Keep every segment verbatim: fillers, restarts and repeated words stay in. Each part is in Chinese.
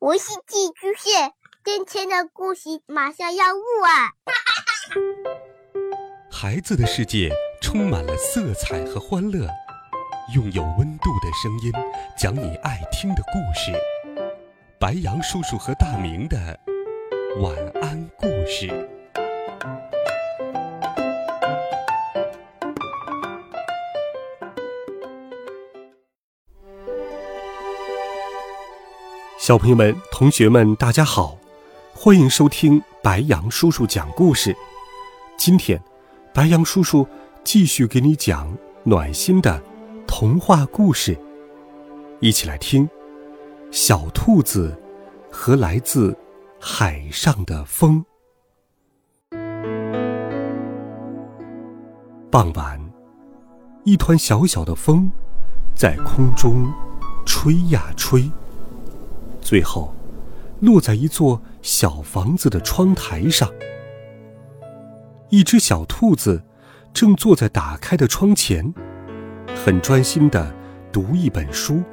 我是寄居蟹，今天的故事马上要录啊！ 孩子的世界充满了色彩和欢乐，用有温度的声音讲你爱听的故事。白杨叔叔和大明的晚安故事。小朋友们、同学们，大家好，欢迎收听白杨叔叔讲故事。今天，白杨叔叔继续给你讲暖心的童话故事，一起来听小兔子和来自海上的风。傍晚，一团小小的风在空中吹呀吹，最后落在一座小房子的窗台上。一只小兔子正坐在打开的窗前，很专心地读一本书。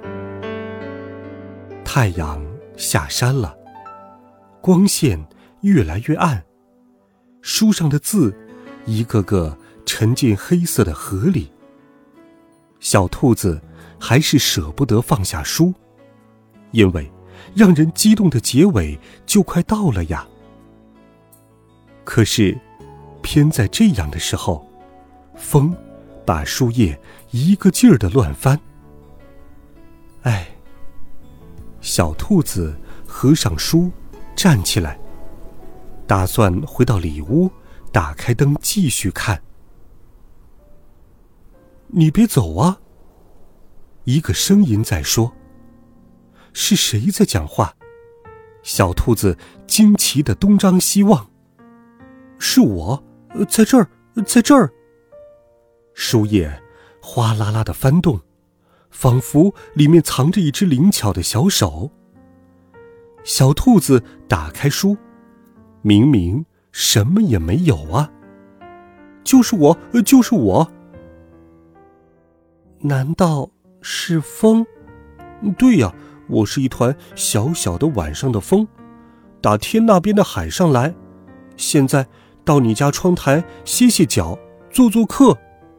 太阳下山了，光线越来越暗，书上的字一个个沉进黑色的河里。小兔子还是舍不得放下书，因为让人激动的结尾就快到了呀。可是偏在这样的时候，风把书页一个劲儿地乱翻。哎，小兔子合上书，站起来，打算回到里屋，打开灯继续看。你别走啊！一个声音在说。是谁在讲话？小兔子惊奇地东张西望。是我，在这儿，在这儿。书页哗啦啦地翻动，仿佛里面藏着一只灵巧的小手。小兔子打开书，明明什么也没有啊。就是我，就是我。难道是风？对呀，我是一团小小的晚上的风，打天那边的海上来，现在到你家窗台歇歇脚，做做客。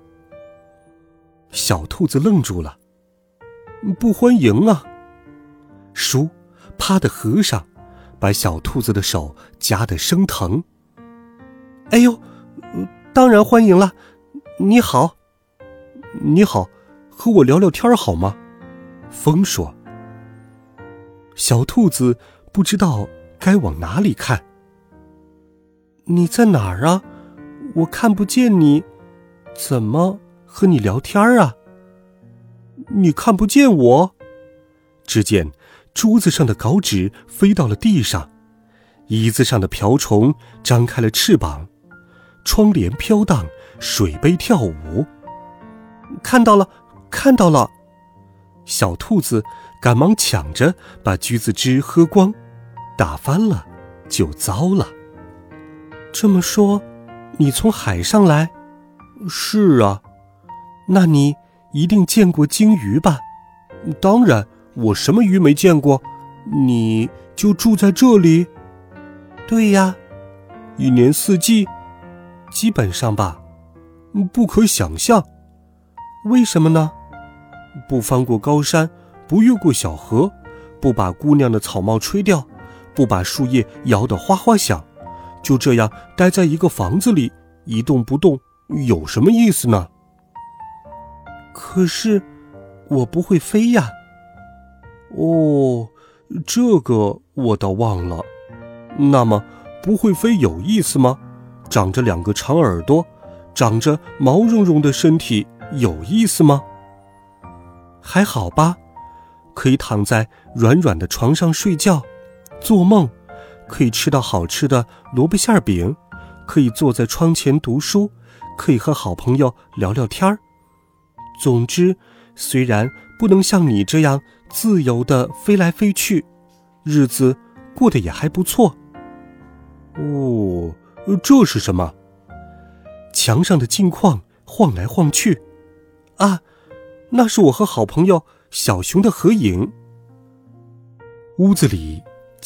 小兔子愣住了，不欢迎啊！书啪地合上，把小兔子的手夹得生疼。哎呦，当然欢迎了，你好。你好，和我聊聊天好吗？风说。小兔子不知道该往哪里看。你在哪儿啊？我看不见你，怎么和你聊天啊？你看不见我？只见桌子上的稿纸飞到了地上，椅子上的瓢虫张开了翅膀，窗帘飘荡，水杯跳舞。看到了，看到了！小兔子赶忙抢着把橘子汁喝光，打翻了就糟了。这么说，你从海上来？是啊。那你一定见过鲸鱼吧？当然，我什么鱼没见过。你就住在这里？对呀。一年四季？基本上吧。不可想象。为什么呢？不翻过高山，不越过小河，不把姑娘的草帽吹掉，不把树叶摇得哗哗响，就这样待在一个房子里一动不动，有什么意思呢？可是我不会飞呀。哦，这个我倒忘了。那么不会飞有意思吗？长着两个长耳朵，长着毛茸茸的身体，有意思吗？还好吧，可以躺在软软的床上睡觉做梦，可以吃到好吃的萝卜馅饼，可以坐在窗前读书，可以和好朋友聊聊天儿。总之，虽然不能像你这样自由地飞来飞去，日子过得也还不错。哦，这是什么？墙上的镜框晃来晃去。啊，那是我和好朋友小熊的合影。屋子里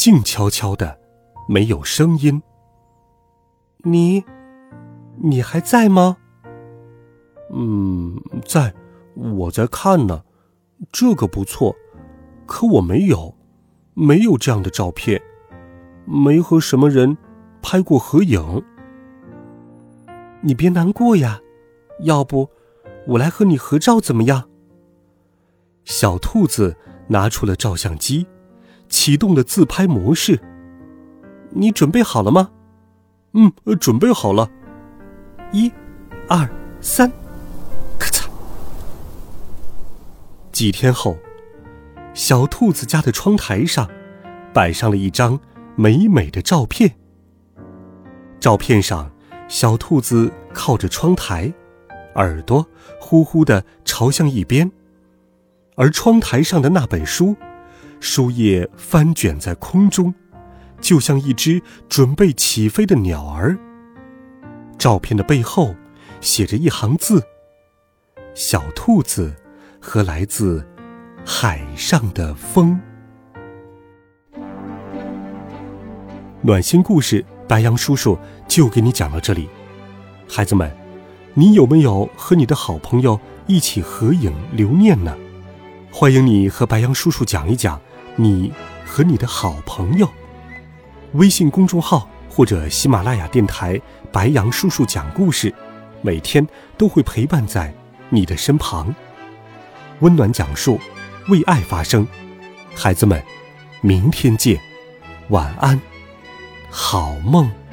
静悄悄的，没有声音。你，你还在吗？嗯，在，我在看呢。这个不错，可我没有，没有这样的照片，没和什么人拍过合影。你别难过呀，要不我来和你合照怎么样？小兔子拿出了照相机，启动了自拍模式。你准备好了吗？嗯，准备好了。一、二、三，咔嚓！几天后，小兔子家的窗台上摆上了一张美美的照片。照片上，小兔子靠着窗台，耳朵呼呼地朝向一边，而窗台上的那本书，书页翻卷在空中，就像一只准备起飞的鸟儿。照片的背后写着一行字：小兔子和来自海上的风。暖心故事，白杨叔叔就给你讲到这里。孩子们，你有没有和你的好朋友一起合影留念呢？欢迎你和白杨叔叔讲一讲你和你的好朋友。微信公众号或者喜马拉雅电台白杨叔叔讲故事，每天都会陪伴在你的身旁，温暖讲述，为爱发声。孩子们，明天见，晚安，好梦。